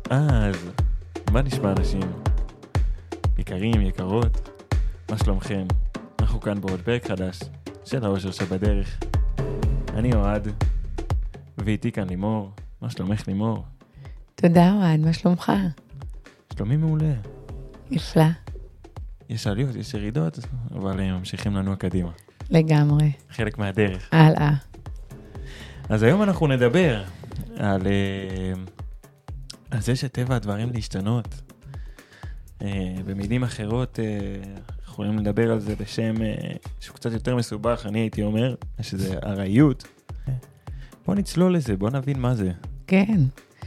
אז, מה נשמע אנשים? יקרים, יקרות, מה שלומכם? אנחנו כאן בעוד פרק חדש של האושר שבדרך. אני אוהד, ואיתי כאן לימור. מה שלומך לימור? תודה אוהד, מה שלומך? שלומי מעולה. נפלא. יש עליות, יש ירידות, אבל ממשיכים לנוע קדימה. לגמרי. חלק מהדרך. הלאה. אז היום אנחנו נדבר על זה שטבע הדברים להשתנות. במילים אחרות, יכולים לדבר על זה בשם שהוא קצת יותר מסובך, אני הייתי אומר, שזה ארעיות. בוא נצלול לזה, בוא נבין מה זה. כן.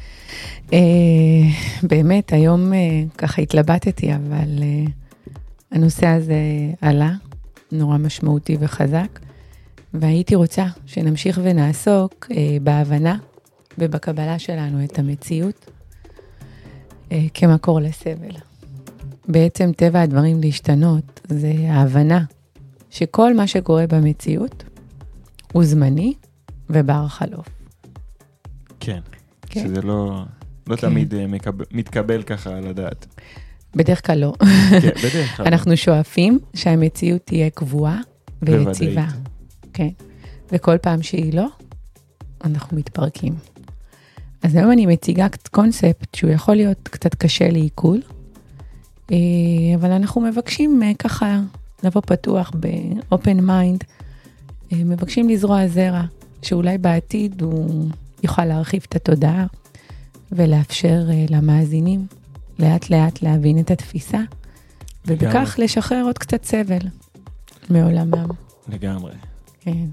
באמת, היום ככה התלבטתי, אבל הנושא הזה עלה, נורא משמעותי וחזק, והייתי רוצה שנמשיך ונעסוק בהבנה ובקבלה שלנו את המציאות כמקור לסבל. בעצם טבע הדברים להשתנות, זה ההבנה שכל מה שקורה במציאות הוא זמני ובר חלוף. כן, כן. שזה לא כן. תמיד מתקבל ככה על הדעת. בדרך כלל לא. כן, בדרך כלל. אנחנו שואפים שהמציאות תהיה קבועה ויציבה. וודאית. כן. וכל פעם שהיא לא, אנחנו מתפרקים. אז היום אני מציגה קונספט שהוא יכול להיות קצת קשה לעיכול, אבל אנחנו מבקשים ככה לבוא פתוח ב-open mind, מבקשים לזרוע זרע, שאולי בעתיד הוא יוכל להרחיב את התודעה, ולאפשר למאזינים לאט לאט להבין את התפיסה, ובכך לשחרר עוד קצת סבל מעולמם. לגמרי. כן.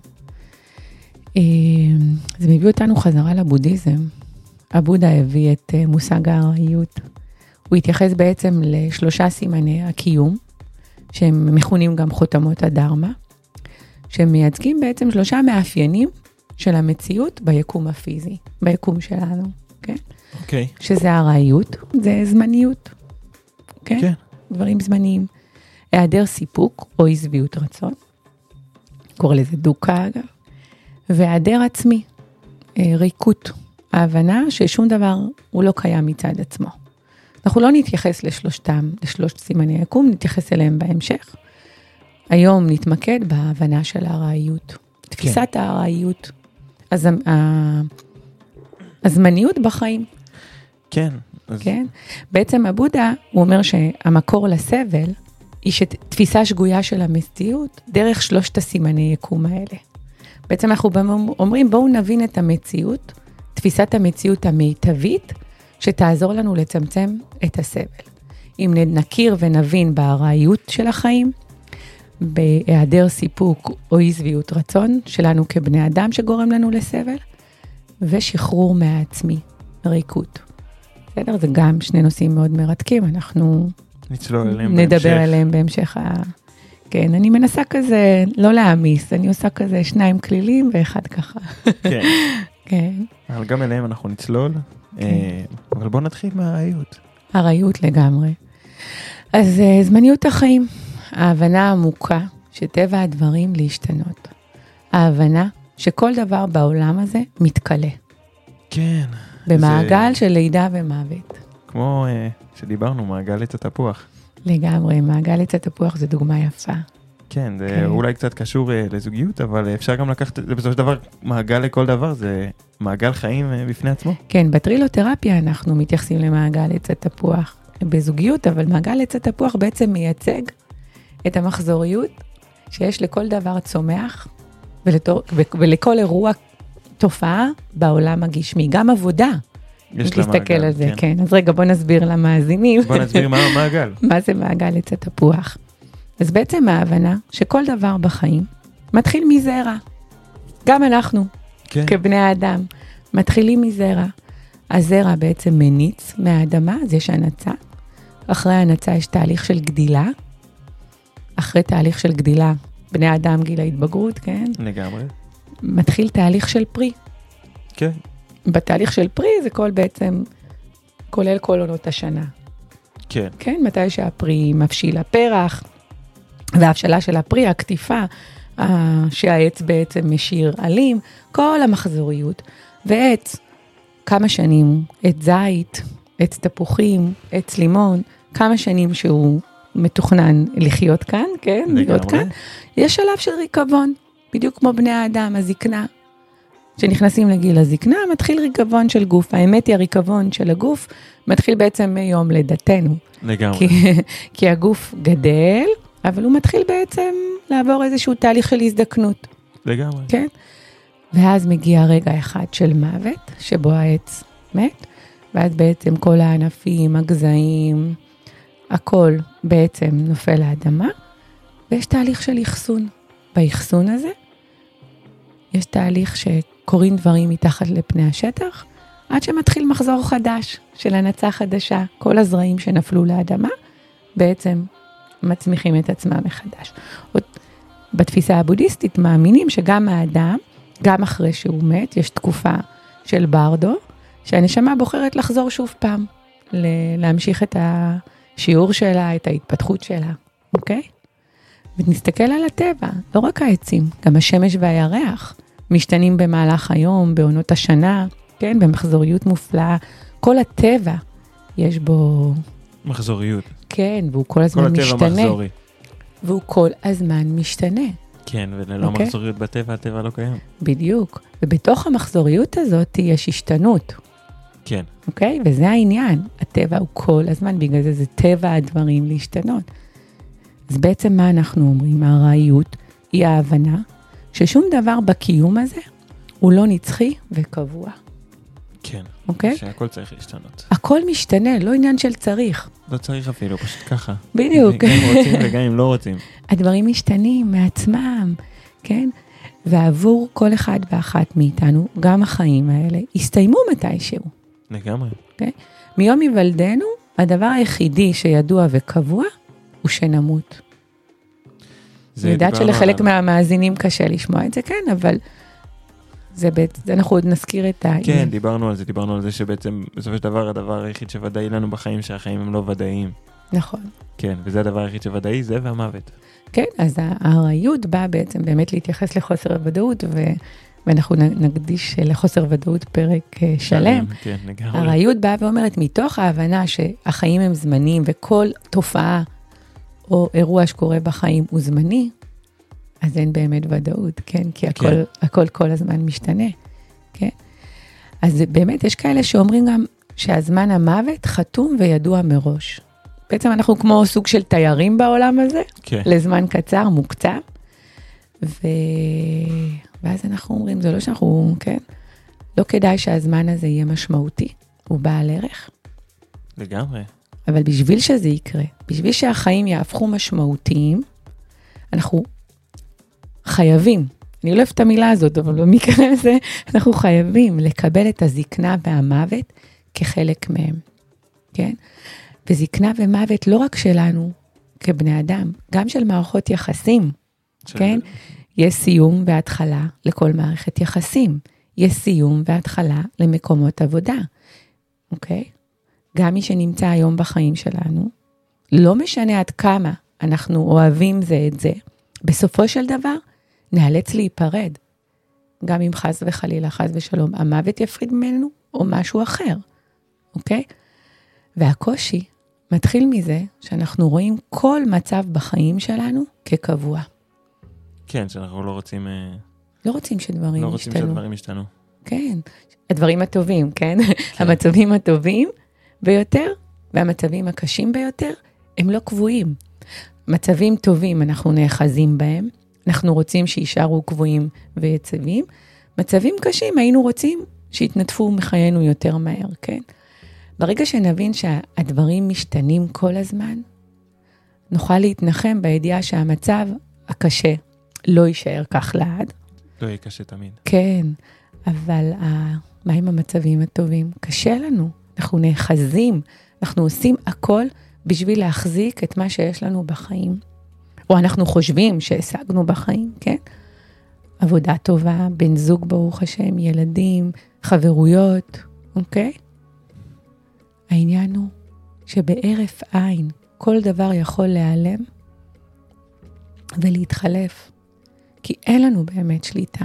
זה מביא אותנו חזרה לבודהיזם. הבודה הביא את מושג הארעיות. הוא התייחס בעצם לשלושה סימני הקיום, שהם מכונים גם חותמות הדרמה, שהם מייצגים בעצם שלושה מאפיינים של המציאות ביקום הפיזי, ביקום שלנו, כן? אוקיי. שזה הארעיות, זה זמניות, כן? כן. דברים זמניים. היעדר סיפוק או אי שביעות רצון, קורא לזה דוקה אגב, והיעדר עצמי, ריקות, ההבנה ששום דבר הוא לא קיים מצד עצמו. אנחנו לא נתייחס לשלושת סימני היקום, נתייחס אליהם בהמשך. היום נתמקד בהבנה של הארעיות, תפיסת הארעיות, הזמניות בחיים. כן. כן? בעצם הבודה, הוא אומר שהמקור לסבל, היא תפיסה שגויה של המציאות, דרך שלושת הסימני יקום האלה. בעצם אנחנו אומרים, בואו נבין את המציאות, תפיסת המציאות המיטבית, שתעזור לנו לצמצם את הסבל. אם נכיר ונבין בארעיות של החיים, בהיעדר סיפוק או אי שביעות רצון שלנו כבני אדם שגורם לנו לסבל, ושחרור מהעצמי, ריקות. בסדר? זה גם שני נושאים מאוד מרתקים, אנחנו נדבר עליהם בהמשך. כן, אני מנסה כזה לא להעמיס, אני עושה כזה 2 כלילים ואחד ככה. כן. כן. אבל גם אליהם אנחנו נצלול, אבל בואו נתחיל מהארעיות. ארעיות לגמרי. אז זמניות החיים, ההבנה העמוקה שטבע הדברים להשתנות. ההבנה שכל דבר בעולם הזה מתקלה. כן. במעגל של לידה ומוות. כמו שדיברנו, מעגל עץ התפוח. לגמרי, מעגל עץ התפוח זה דוגמה יפה. כן, זה אולי קצת קשור לזוגיות, אבל אפשר גם לקחת, זה בסופו של דבר, מעגל לכל דבר, זה מעגל חיים בפני עצמו. כן, בטרילותרפיה אנחנו מתייחסים למעגל עץ התפוח בזוגיות, אבל מעגל עץ התפוח בעצם מייצג את המחזוריות שיש לכל דבר צומח, ולכל אירוע תופעה בעולם הגשמי, גם עבודה. יש לה להסתכל מעגל, על זה, כן. כן. אז רגע, בוא נסביר למאזינים. בוא נסביר מה המעגל. מה זה מעגל עץ התפוח? אז בעצם ההבנה שכל דבר בחיים מתחיל מזרע. גם אנחנו, כן. כבני האדם, מתחילים מזרע. הזרע בעצם מניץ מהאדמה, אז יש הנצה. אחרי הנצה יש תהליך של גדילה. אחרי תהליך של גדילה, בני האדם גיל ההתבגרות, כן? לגמרי. מתחיל תהליך של פרי. כן. בתהליך של פרי זה בעצם כולל כל עונות השנה. כן. כן, מתי שהפרי מבשיל הפרח, וההבשלה של הפרי, הקטיפה, שהעץ בעצם משאיר עלים, כל המחזוריות. ועץ, כמה שנים, עץ זית, עץ תפוחים, עץ לימון, כמה שנים שהוא מתוכנן לחיות כאן, כן? להיות כאן. יש שלב של ריקבון, בדיוק כמו בני האדם, הזקנה. כשנכנסים לגיל הזקנה, מתחיל ריקבון של גוף. האמת היא, הריקבון של הגוף מתחיל בעצם מיום לידתנו. לגמרי. כי הגוף גדל, אבל הוא מתחיל בעצם לעבור איזשהו תהליך של הזדקנות. לגמרי. כן? ואז מגיע רגע אחד של מוות, שבו העץ מת, ואז בעצם כל הענפים, הגזעים, הכל בעצם נופל לאדמה, ויש תהליך של איחסון. באיחסון הזה, יש תהליך שקוראים דברים מתחת לפני השטח, עד שמתחיל מחזור חדש של הנצה חדשה. כל הזרעים שנפלו לאדמה, בעצם מצמיחים את עצמם מחדש. בתפיסה הבודהיסטית מאמינים שגם האדם, גם אחרי שהוא מת, יש תקופה של ברדו, שהנשמה בוחרת לחזור שוב פעם, להמשיך את השיעור שלה, את ההתפתחות שלה, אוקיי? ונסתכל על הטבע, לא רק העצים, גם השמש והירח, משתנים במהלך היום, בעונות השנה, כן, במחזוריות מופלאה, כל הטבע יש בו... מחזוריות. כן, והוא כל הזמן משתנה. כל הטבע מחזורי. והוא כל הזמן משתנה. כן, וללא מחזוריות בטבע, הטבע לא קיים. בדיוק. ובתוך המחזוריות הזאת יש השתנות. כן. אוקיי? וזה העניין. הטבע הוא כל הזמן, בגלל זה טבע הדברים להשתנות. אז בעצם מה אנחנו אומרים? הרעיות היא ההבנה ששום דבר בקיום הזה הוא לא נצחי וקבוע. כן. אוקיי? שהכל צריך להשתנות. הכל משתנה, לא עניין של צריך. לא צריך אפילו, פשוט ככה. בדיוק. גם אם רוצים וגם אם לא רוצים. הדברים משתנים מעצמם, כן? ועבור כל אחד ואחת מאיתנו, גם החיים האלה, הסתיימו מתישהו. לגמרי. Okay? מיום היוולדנו, הדבר היחידי שידוע וקבוע, הוא שנמות. אני יודעת שלחלק מהמאזינים קשה לשמוע את זה, כן, אבל אנחנו עוד נזכיר את כן, דיברנו על זה שבעצם בסופו של דבר, הדבר היחיד שוודאי לנו בחיים, שהחיים הם לא ודאיים. נכון. כן, וזה הדבר היחיד שוודאי, זה והמוות. כן, אז הרעיות באה בעצם באמת להתייחס לחוסר הוודאות, ואנחנו נקדיש לחוסר ודאות פרק שלם. כן, לגמרי. הרעיות באה ואומרת, מתוך ההבנה שהחיים הם זמניים, וכל תופעה או אירוע שקורה בחיים הוא זמני, אז אין באמת ודאות, כן? כי הכל כל הזמן משתנה, כן? אז באמת יש כאלה שאומרים גם שהזמן המוות חתום וידוע מראש. בעצם אנחנו כמו סוג של תיירים בעולם הזה, כן. לזמן קצר, מוקצב, ואז אנחנו אומרים, זה לא שאנחנו, כן? לא כדאי שהזמן הזה יהיה משמעותי, הוא בעל ערך. לגמרי. אבל בשביל שזה יקרה, בשביל שהחיים יהפכו משמעותיים, אנחנו חייבים, אני לא אוהב את המילה הזאת, אבל במקרה הזה, אנחנו חייבים לקבל את הזקנה והמוות כחלק מהם, כן? וזקנה ומוות לא רק שלנו כבני אדם, גם של מערכות יחסים, כן? יש סיום והתחלה לכל מערכת יחסים, יש סיום והתחלה למקומות עבודה, אוקיי? גם מי שנמצא היום בחיים שלנו, לא משנה עד כמה אנחנו אוהבים זה את זה, בסופו של דבר נאלץ להיפרד, גם אם חס וחלילה, חס ושלום, המוות יפריד ממנו או משהו אחר, אוקיי? והקושי מתחיל מזה שאנחנו רואים כל מצב בחיים שלנו כקבוע. כן, שאנחנו לא רוצים... לא רוצים שדברים ישתנו. לא רוצים שדברים ישתנו. כן, הדברים הטובים, כן? המצבים הטובים ביותר, והמצבים הקשים ביותר, הם לא קבועים. מצבים טובים אנחנו נאחזים בהם, אנחנו רוצים שישארו קבועים ויציבים, מצבים קשים היינו רוצים שיתנדפו מחיינו יותר מהר, כן? ברגע שנבין שהדברים משתנים כל הזמן, נוכל להתנחם בידיעה שהמצב הקשה לא יישאר כך לעד. לא יהיה קשה תמיד. כן, אבל מה עם המצבים הטובים? קשה לנו, אנחנו נאחזים, אנחנו עושים הכל בשביל להחזיק את מה שיש לנו בחיים. או אנחנו חושבים שהשגנו בחיים, כן? עבודה טובה, בן זוג ברוך השם, ילדים, חברויות, אוקיי? העניין הוא שבערף עין כל דבר יכול להיעלם ולהתחלף, כי אין לנו באמת שליטה.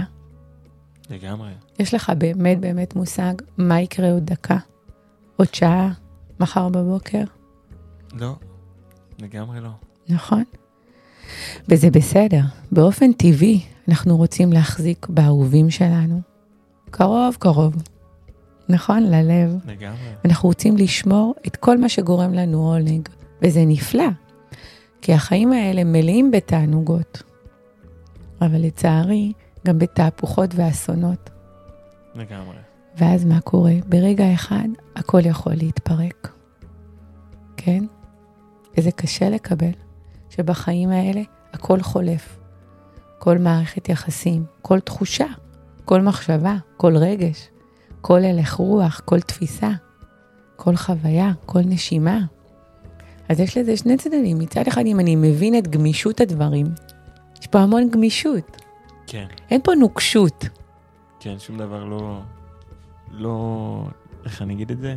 לגמרי. יש לך באמת באמת מושג מה יקרה עוד דקה, עוד שעה, מחר בבוקר? לא, לגמרי לא. נכון. וזה בסדר. באופן טבעי אנחנו רוצים להחזיק באהובים שלנו. קרוב, קרוב. נכון? ללב. לגמרי. אנחנו רוצים לשמור את כל מה שגורם לנו עונג. וזה נפלא. כי החיים האלה מלאים בתענוגות. אבל לצערי, גם בתהפוכות ואסונות. לגמרי. ואז מה קורה? ברגע אחד, הכל יכול להתפרק. כן? וזה קשה לקבל, שבחיים האלה הכל חולף. כל מערכת יחסים, כל תחושה, כל מחשבה, כל רגש, כל הלך רוח, כל תפיסה, כל חוויה, כל נשימה. אז יש לזה שני צדדים. מצד אחד, אם אני מבין את גמישות הדברים, יש פה המון גמישות. כן. אין פה נוקשות. כן, שום דבר לא, איך אני אגיד את זה?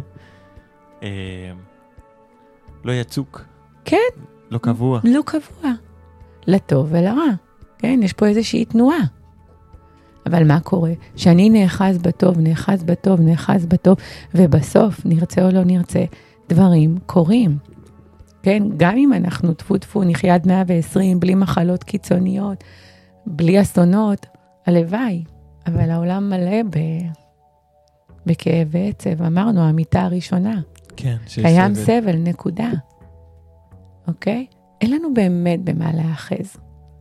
לא יצוק. כן. לא קבוע. לא קבוע. לטוב ולרע. כן, יש פה איזושהי תנועה. אבל מה קורה? שאני נאחז בטוב, נאחז בטוב, נאחז בטוב, ובסוף, נרצה או לא נרצה, דברים קורים. כן, גם אם אנחנו טפו נחיה עד 120, בלי מחלות קיצוניות, בלי אסונות, הלוואי. אבל העולם מלא בכאב ועצב. אמרנו, המיטה הראשונה. כן, קיים סבל, נקודה. אוקיי? אין לנו באמת במה להאחז.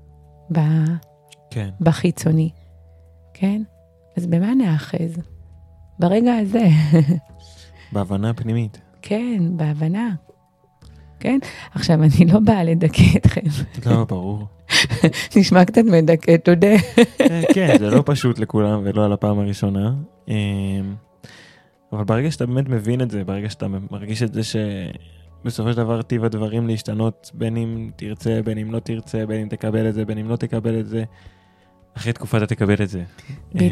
כן. בחיצוני. כן? אז במה נאחז? ברגע הזה. בהבנה פנימית. כן, בהבנה. כן? עכשיו, אני לא באה לדכא אתכם. לא, ברור. נשמע קצת מדכא, תודה. כן, זה לא פשוט לכולם ולא על הפעם הראשונה. אבל ברגע שאתה באמת מבין את זה, ברגע שאתה מרגיש את זה שבסופו של דבר טיב הדברים להשתנות, בין אם תרצה, בין אם לא תרצה, בין אם תקבל את זה, בין אם לא תקבל את זה, אחרי תקופה אתה תקבל את זה. בדיוק.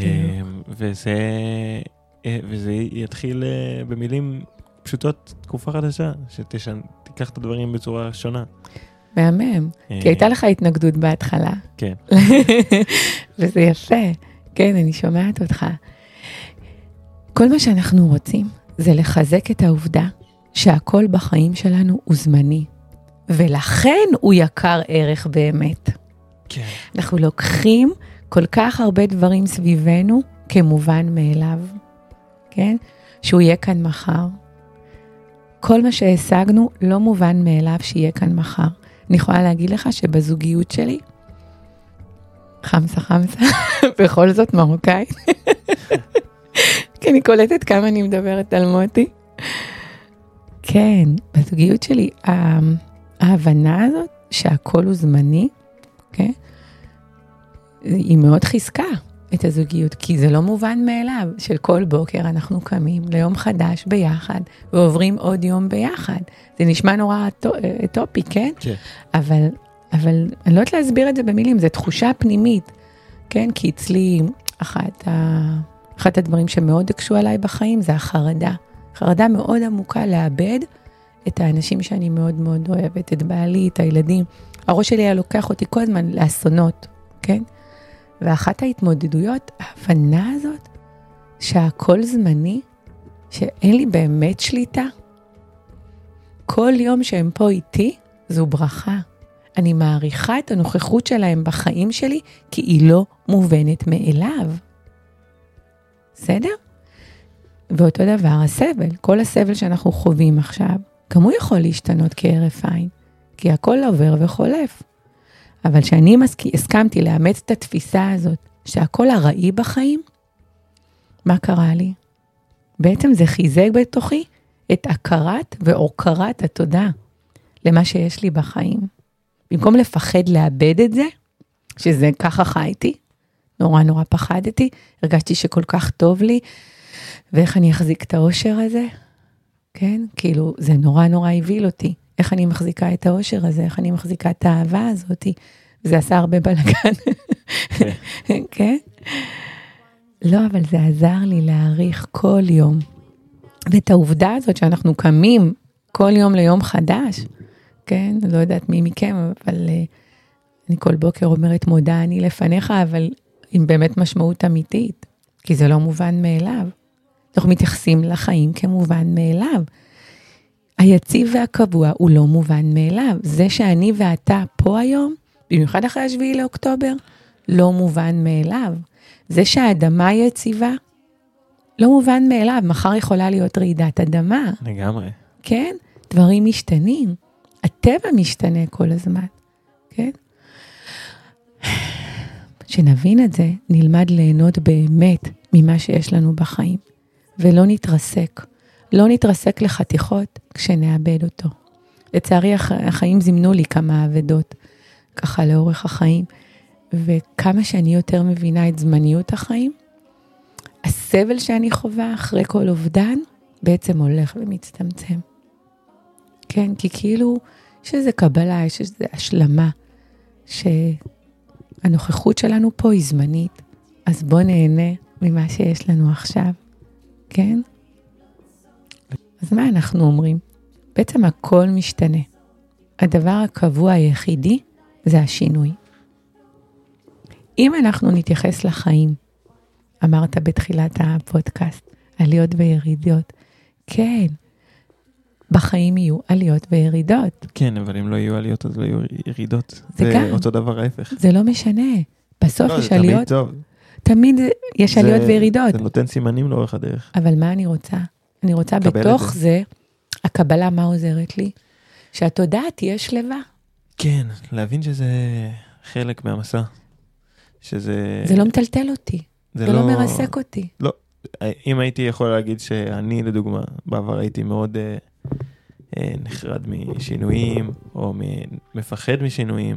וזה יתחיל במילים פשוטות, תקופה חדשה, שתיקח את הדברים בצורה שונה. מהמם. כי הייתה לך התנגדות בהתחלה. כן. וזה יפה. כן, אני שומעת אותך. כל מה שאנחנו רוצים זה לחזק את העובדה שהכל בחיים שלנו הוא זמני. ולכן הוא יקר ערך באמת. כן. אנחנו לוקחים כל כך הרבה דברים סביבנו כמובן מאליו. כן? שהוא יהיה כאן מחר. כל מה שהשגנו לא מובן מאליו שיהיה כאן מחר. אני יכולה להגיד לך שבזוגיות שלי, חמסה, בכל זאת מרוקאי, כי אני קולטת כמה אני מדברת על מוטי. כן, בזוגיות שלי, ההבנה הזאת שהכל הוא זמני, כן? היא מאוד חיזקה את הזוגיות, כי זה לא מובן מאליו של כל בוקר אנחנו קמים ליום חדש ביחד, ועוברים עוד יום ביחד. זה נשמע נורא טופי, כן? כן. אבל אני לא יודעת להסביר את זה במילים, זו תחושה פנימית, כן? כי אצלי, אחת הדברים שמאוד הקשו עליי בחיים, זה החרדה. חרדה מאוד עמוקה לאבד את האנשים שאני מאוד מאוד אוהבת, את בעלי, את הילדים. הראש שלי היה לוקח אותי כל הזמן לאסונות, כן? ואחת ההתמודדויות, ההבנה הזאת, שהכל זמני, שאין לי באמת שליטה, כל יום שהם פה איתי, זו ברכה. אני מעריכה את הנוכחות שלהם בחיים שלי, כי היא לא מובנת מאליו. בסדר? ואותו דבר, הסבל, כל הסבל שאנחנו חווים עכשיו, גם הוא יכול להשתנות כהרף עין, כי הכל עובר וחולף. אבל שאני הסכמתי לאמץ את התפיסה הזאת, שהכל הראי בחיים, מה קרה לי? בעצם זה חיזק בתוכי את הכרת והוקרת התודה למה שיש לי בחיים. במקום לפחד לאבד את זה, שזה ככה חייתי, נורא פחדתי, הרגשתי שכל כך טוב לי, ואיך אני אחזיק את האושר הזה, כן? כאילו זה נורא הביא אותי. איך אני מחזיקה את האושר הזה, איך אני מחזיקה את האהבה הזאת, זה עשה הרבה בלגן, כן? לא, אבל זה עזר לי להעריך כל יום, ואת העובדה הזאת שאנחנו קמים כל יום ליום חדש, כן? לא יודעת מי מכם, אבל אני כל בוקר אומרת מודה אני לפניך, אבל עם באמת משמעות אמיתית, כי זה לא מובן מאליו. אנחנו מתייחסים לחיים כמובן מאליו. היציב והקבוע הוא לא מובן מאליו. זה שאני ואתה פה היום, במיוחד אחרי 7 לאוקטובר, לא מובן מאליו. זה שהאדמה יציבה, לא מובן מאליו. מחר יכולה להיות רעידת אדמה. לגמרי. כן? דברים משתנים. הטבע משתנה כל הזמן. כן? שנבין את זה, נלמד ליהנות באמת ממה שיש לנו בחיים. ולא נתרסק. לא נתרסק לחתיכות כשנאבד אותו. לצערי החיים זימנו לי כמה עבדות, ככה לאורך החיים, וכמה שאני יותר מבינה את זמניות החיים, הסבל שאני חווה אחרי כל אובדן, בעצם הולך ומצטמצם. כן, כי כאילו, יש איזו קבלה, יש איזו השלמה, שהנוכחות שלנו פה היא זמנית, אז בוא נהנה ממה שיש לנו עכשיו, כן? אז מה אנחנו אומרים? בעצם הכל משתנה. הדבר הקבוע היחידי זה השינוי. אם אנחנו נתייחס לחיים, אמרת בתחילת הפודקאסט, עליות וירידות, כן, בחיים יהיו עליות וירידות. כן, אבל אם לא יהיו עליות, אז לא יהיו ירידות. זה גם. אותו דבר ההפך. זה לא משנה. בסוף לא, יש עליות. זה תמיד טוב. תמיד יש עליות וירידות. זה נותן סימנים לאורך הדרך. אבל מה אני רוצה? אני רוצה בתוך זה, הקבלה מה עוזרת לי? שהתודעה תהיה שלווה. כן, להבין שזה חלק מהמסע. שזה... זה לא מטלטל אותי. זה לא מרסק אותי. לא. אם הייתי יכול להגיד שאני, לדוגמה, בעבר הייתי מאוד נחרד משינויים, או מפחד משינויים,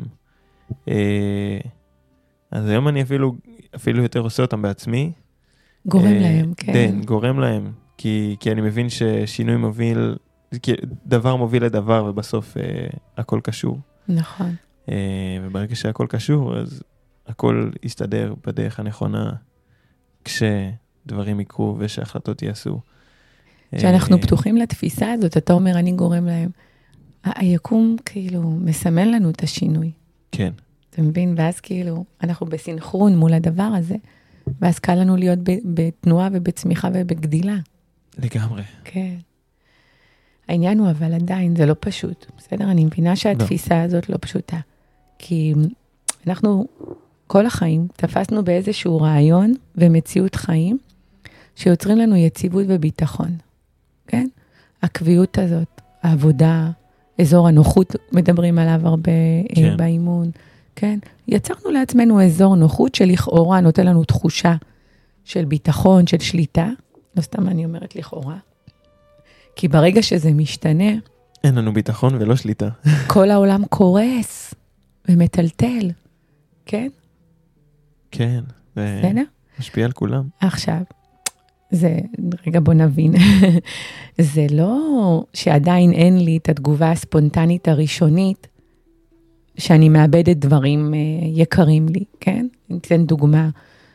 אז היום אני אפילו יותר עושה אותם בעצמי. גורם להם, כן. כן, גורם להם. כי אני מבין ששינוי מוביל, דבר מוביל לדבר, ובסוף הכל קשור. נכון. וברגע שהכל קשור, אז הכל יסתדר בדרך הנכונה, כשדברים יקרו ושהחלטות יעשו. כשאנחנו פתוחים לתפיסה הזאת, אתה אומר, אני גורם להם. היקום כאילו מסמן לנו את השינוי. כן. אתה מבין? ואז כאילו, אנחנו בסינכרון מול הדבר הזה, ואז קל לנו להיות בתנועה ובצמיחה ובגדילה. לגמרי. כן. העניין הוא אבל עדיין, זה לא פשוט. בסדר? אני מבינה שהתפיסה הזאת לא פשוטה. כי אנחנו כל החיים תפסנו באיזשהו רעיון ומציאות חיים, שיוצרים לנו יציבות וביטחון. כן? הקביעות הזאת, העבודה, אזור הנוחות, מדברים עליו הרבה כן. באימון. כן? יצרנו לעצמנו אזור נוחות שלכאורה נותן לנו תחושה של ביטחון, של שליטה. לא סתם אני אומרת לכאורה. כי ברגע שזה משתנה... אין לנו ביטחון ולא שליטה. כל העולם קורס ומטלטל. כן? כן. בסדר? משפיע על כולם. עכשיו, זה, רגע בוא נבין. זה לא שעדיין אין לי את התגובה הספונטנית הראשונית, שאני מאבדת דברים יקרים לי, כן? אני אתן דוגמה.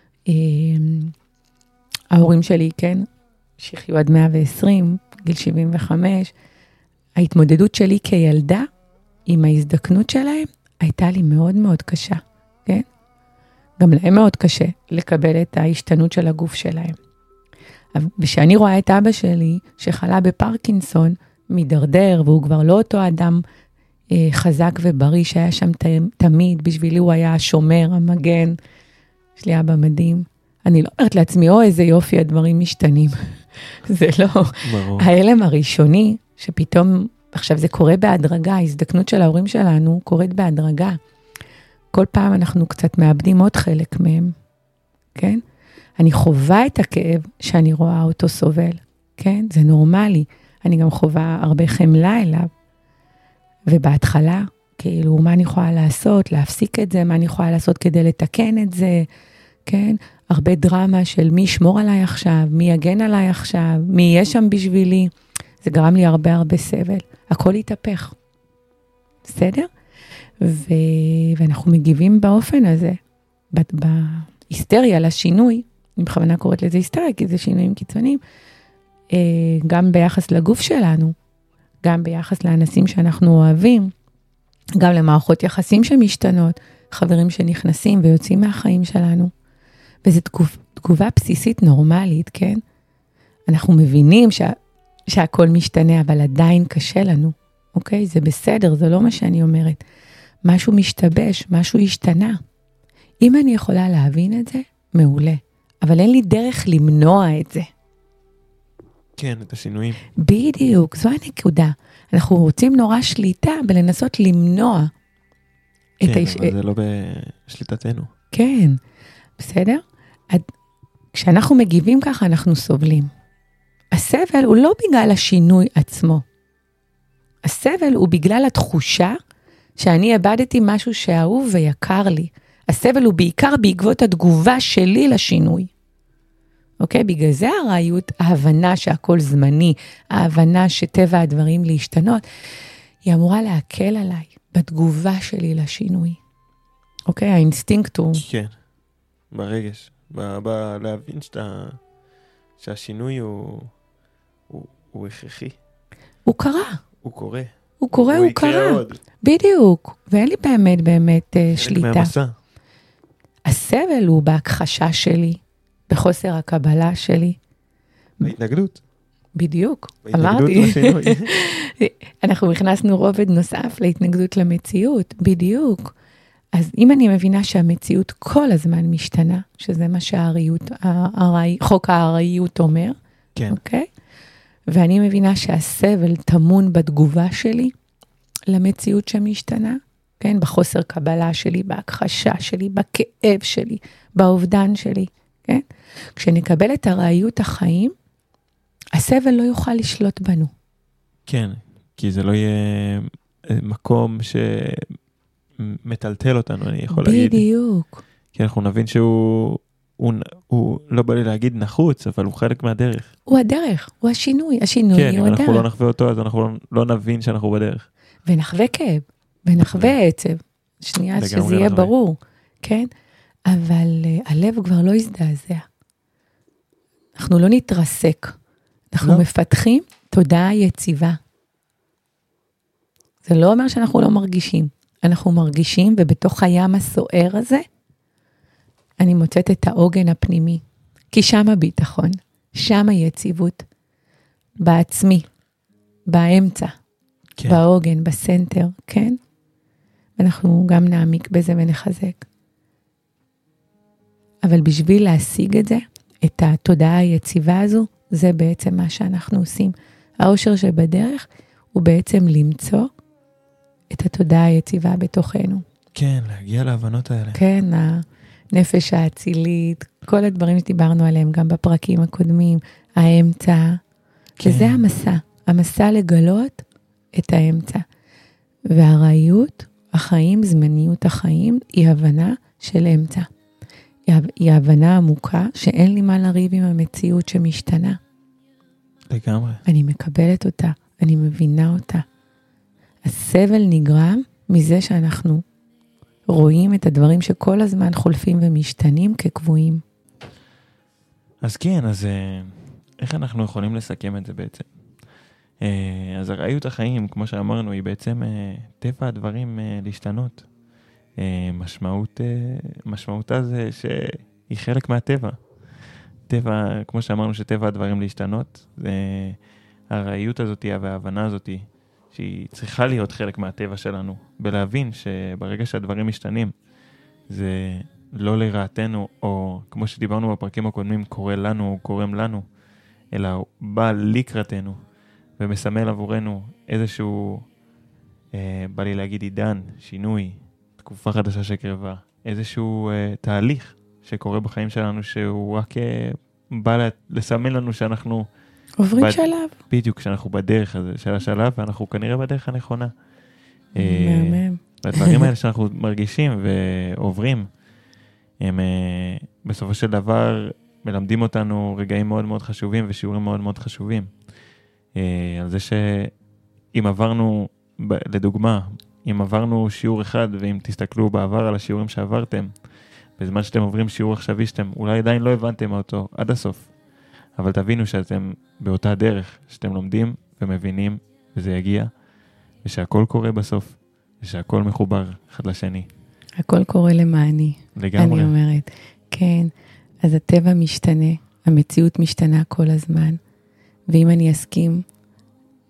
ההורים שלי, כן? שחיו עד 120, גיל 75. ההתמודדות שלי כילדה עם ההזדקנות שלהם, הייתה לי מאוד מאוד קשה, כן? גם להם מאוד קשה לקבל את ההשתנות של הגוף שלהם. ושאני רואה את אבא שלי, שחלה בפרקינסון, מדרדר, והוא כבר לא אותו אדם חזק ובריא, שהיה שם תמיד, בשבילי הוא היה השומר, המגן. יש לי אבא מדהים. אני לא אומרת לעצמי, איזה יופי, הדברים משתנים. זה לא. ברור. ההלם הראשוני, שפתאום, עכשיו זה קורה בהדרגה, ההזדקנות של ההורים שלנו קורית בהדרגה. כל פעם אנחנו קצת מאבדים עוד חלק מהם, כן? אני חווה את הכאב שאני רואה אותו סובל, כן? זה נורמלי. אני גם חווה הרבה חמלה אליו. ובהתחלה, כאילו, מה אני יכולה לעשות? להפסיק את זה, מה אני יכולה לעשות כדי לתקן את זה, כן? הרבה דרמה של מי ישמור עליי עכשיו, מי יגן עליי עכשיו, מי יהיה שם בשבילי. זה גרם לי הרבה סבל. הכל התהפך. בסדר? ואנחנו מגיבים באופן הזה, בהיסטריה לשינוי, אני בכוונה קוראת לזה היסטריה, כי זה שינויים קיצוניים, גם ביחס לגוף שלנו, גם ביחס לאנשים שאנחנו אוהבים, גם למערכות יחסים שמשתנות, חברים שנכנסים ויוצאים מהחיים שלנו. וזו תגובה בסיסית נורמלית, כן? אנחנו מבינים שהכל משתנה, אבל עדיין קשה לנו, אוקיי? זה בסדר, זה לא מה שאני אומרת. משהו משתבש, משהו השתנה. אם אני יכולה להבין את זה, מעולה. אבל אין לי דרך למנוע את זה. כן, את השינויים. בדיוק, זו הנקודה. אנחנו רוצים נורא שליטה בלנסות למנוע. כן, אבל זה לא בשליטתנו. כן, בסדר? כשאנחנו מגיבים ככה, אנחנו סובלים. הסבל הוא לא בגלל השינוי עצמו. הסבל הוא בגלל התחושה שאני איבדתי משהו שאהוב ויקר לי. הסבל הוא בעיקר בעקבות התגובה שלי לשינוי. אוקיי? בגלל זה הרעיות, ההבנה שהכל זמני, ההבנה שטבע הדברים להשתנות, היא אמורה להקל עליי בתגובה שלי לשינוי. אוקיי? האינסטינקט הוא... כן, ברגש. להבין שהשינוי הוא הכרחי. הוא קרה. הוא קורה. הוא קורה, הוא קרה. בדיוק. ואין לי באמת שליטה. מהמסע. הסבל הוא בהכחשה שלי, בחוסר הקבלה שלי. בהתנגדות. בדיוק, בהתנגדות אמרתי. לשינוי. אנחנו הכנסנו רובד נוסף להתנגדות למציאות, בדיוק. אז אם אני מבינה שהמציאות כל הזמן משתנה, שזה מה חוק הארעיות אומר, כן. אוקיי? ואני מבינה שהסבל טמון בתגובה שלי למציאות שמשתנה, כן? בחוסר קבלה שלי, בהכחשה שלי, בכאב שלי, באובדן שלי, כן? כשנקבל את הרעיות החיים, הסבל לא יוכל לשלוט בנו. כן, כי זה לא יהיה מקום שמטלטל אותנו, אני יכול להגיד. בדיוק. כי אנחנו נבין שהוא לא בא לי להגיד נחוץ, אבל הוא חלק מהדרך. הוא הדרך, הוא השינוי, השינוי הוא הדרך. כן, אם אנחנו לא נחווה אותו, אז אנחנו לא נבין שאנחנו בדרך. ונחווה כאב, ונחווה עצב. שנייה, שזה יהיה ברור, כן? אבל הלב כבר לא יזדעזע. אנחנו לא נתרסק. אנחנו מפתחים תודעה יציבה. זה לא אומר שאנחנו לא מרגישים. אנחנו מרגישים, ובתוך הים הסוער הזה, אני מוצאת את העוגן הפנימי. כי שם הביטחון, שם היציבות. בעצמי, באמצע, כן. בעוגן, בסנטר, כן? ואנחנו גם נעמיק בזה ונחזק. אבל בשביל להשיג את זה, את התודעה היציבה הזו, זה בעצם מה שאנחנו עושים. האושר שבדרך הוא בעצם למצוא את התודעה היציבה בתוכנו. כן, להגיע להבנות האלה. כן, הנפש האצילית, כל הדברים שדיברנו עליהם גם בפרקים הקודמים, האמצע, כן. וזה המסע. המסע לגלות את האמצע. והרעיות, החיים, זמניות החיים, היא הבנה של אמצע. היא הבנה עמוקה שאין לי מה לריב עם המציאות שמשתנה. לגמרי. אני מקבלת אותה, אני מבינה אותה. הסבל נגרם מזה שאנחנו רואים את הדברים שכל הזמן חולפים ומשתנים כקבועים. אז כן, אז איך אנחנו יכולים לסכם את זה בעצם? אז הרעיות החיים, כמו שאמרנו, היא בעצם טבע הדברים להשתנות. משמעותה זה שהיא חלק מהטבע. טבע, כמו שאמרנו, שטבע הדברים להשתנות. הרעיות הזאת וההבנה הזאת שהיא צריכה להיות חלק מהטבע שלנו, בלהבין שברגע שהדברים משתנים, זה לא לרעתנו, או כמו שדיברנו בפרקים הקודמים, קורה לנו או קורם לנו, אלא בא לקראתנו, ומסמל עבורנו איזשהו, בא לי להגיד עידן, שינוי, תקופה חדשה שקרבה, איזשהו תהליך שקורה בחיים שלנו, שהוא רק בא לסמל לנו שאנחנו עוברים שלב. בדיוק, שאנחנו בדרך הזה, של השלב, ואנחנו כנראה בדרך הנכונה. מהמם. והדברים האלה שאנחנו מרגישים ועוברים, הם בסופו של דבר מלמדים אותנו רגעים מאוד מאוד חשובים, ושיעורים מאוד מאוד חשובים. על זה שאם עברנו, לדוגמה, אם עברנו שיעור אחד, ואם תסתכלו בעבר על השיעורים שעברתם, בזמן שאתם עוברים שיעור עכשווי שאתם אולי עדיין לא הבנתם אותו עד הסוף, אבל תבינו שאתם באותה דרך, שאתם לומדים ומבינים, וזה יגיע, ושהכל קורה בסוף, ושהכל מחובר אחד לשני. הכל קורה למעני. לגמרי. אני אומרת, כן, אז הטבע משתנה, המציאות משתנה כל הזמן, ואם אני אסכים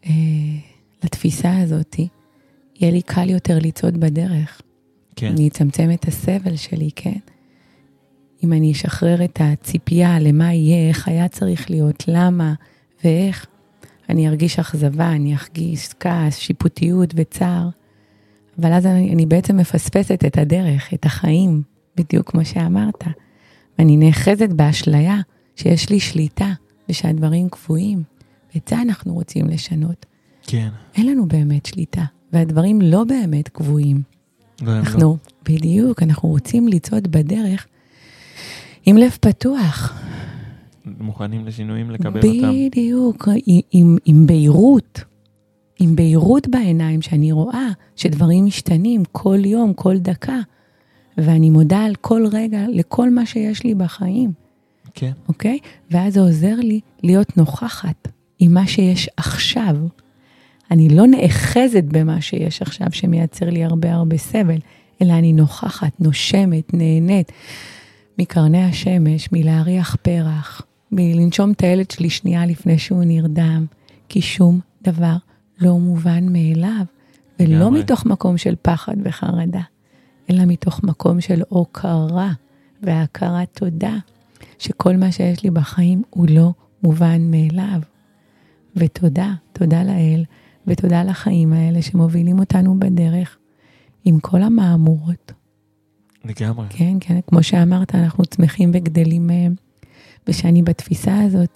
לתפיסה הזאת, יהיה לי קל יותר לצעוד בדרך. כן. אני אצמצם את הסבל שלי, כן? אם אני אשחרר את הציפייה למה יהיה, איך היה צריך להיות, למה ואיך, אני ארגיש אכזבה, אני ארגיש כעס, שיפוטיות וצער. אבל אז אני בעצם מפספסת את הדרך, את החיים, בדיוק כמו שאמרת. ואני נאחזת באשליה שיש לי שליטה ושהדברים קבועים. ואת זה אנחנו רוצים לשנות. כן. אין לנו באמת שליטה, והדברים לא באמת קבועים. אנחנו, בדיוק, אנחנו רוצים לצעוד בדרך עם לב פתוח. מוכנים לשינויים לקבל אותם. בדיוק, עם בהירות. עם בהירות בעיניים, שאני רואה שדברים משתנים כל יום, כל דקה. ואני מודה על כל רגע, לכל מה שיש לי בחיים. כן. אוקיי? ואז זה עוזר לי להיות נוכחת עם מה שיש עכשיו. אני לא נאחזת במה שיש עכשיו, שמייצר לי הרבה סבל, אלא אני נוכחת, נושמת, נהנית מקרני השמש, מלהריח פרח, מלנשום את הילד שלי שנייה לפני שהוא נרדם, כי שום דבר לא מובן מאליו, ולא מתוך מקום של פחד וחרדה, אלא מתוך מקום של הוקרה והכרת תודה, שכל מה שיש לי בחיים הוא לא מובן מאליו. ותודה, תודה לאל, ותודה לחיים האלה שמובילים אותנו בדרך, עם כל המאמורות. לגמרי. כן, כן, כמו שאמרת, אנחנו צמחים וגדלים מהם, ושאני בתפיסה הזאת,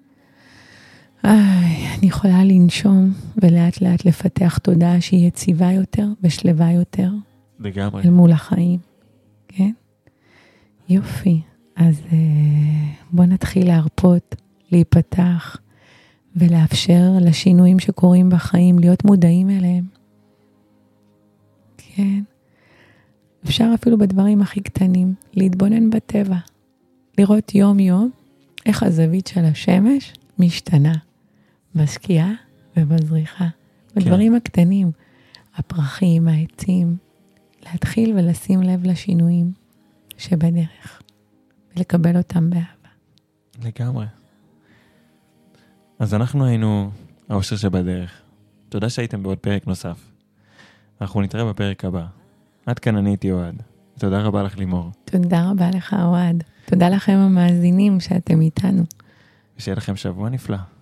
אני יכולה לנשום, ולאט לאט לפתח תודעה שהיא יציבה יותר, ושלווה יותר. לגמרי. אל מול החיים, כן? יופי. אז בוא נתחיל להרפות, להיפתח, ולאפשר לשינויים שקורים בחיים, להיות מודעים אליהם. כן. אפשר אפילו בדברים הכי קטנים, להתבונן בטבע. לראות יום יום איך הזווית של השמש משתנה. בשקיעה ובזריחה. בדברים הקטנים, הפרחים, העצים. להתחיל ולשים לב לשינויים שבדרך. ולקבל אותם באהבה. לגמרי. אז אנחנו היינו האושר שבדרך. תודה שהייתם בעוד פרק נוסף. אנחנו נתראה בפרק הבא. עד כאן אני הייתי אוהד. תודה רבה לך לימור. תודה רבה לך אוהד. תודה לכם המאזינים שאתם איתנו. ושיהיה לכם שבוע נפלא.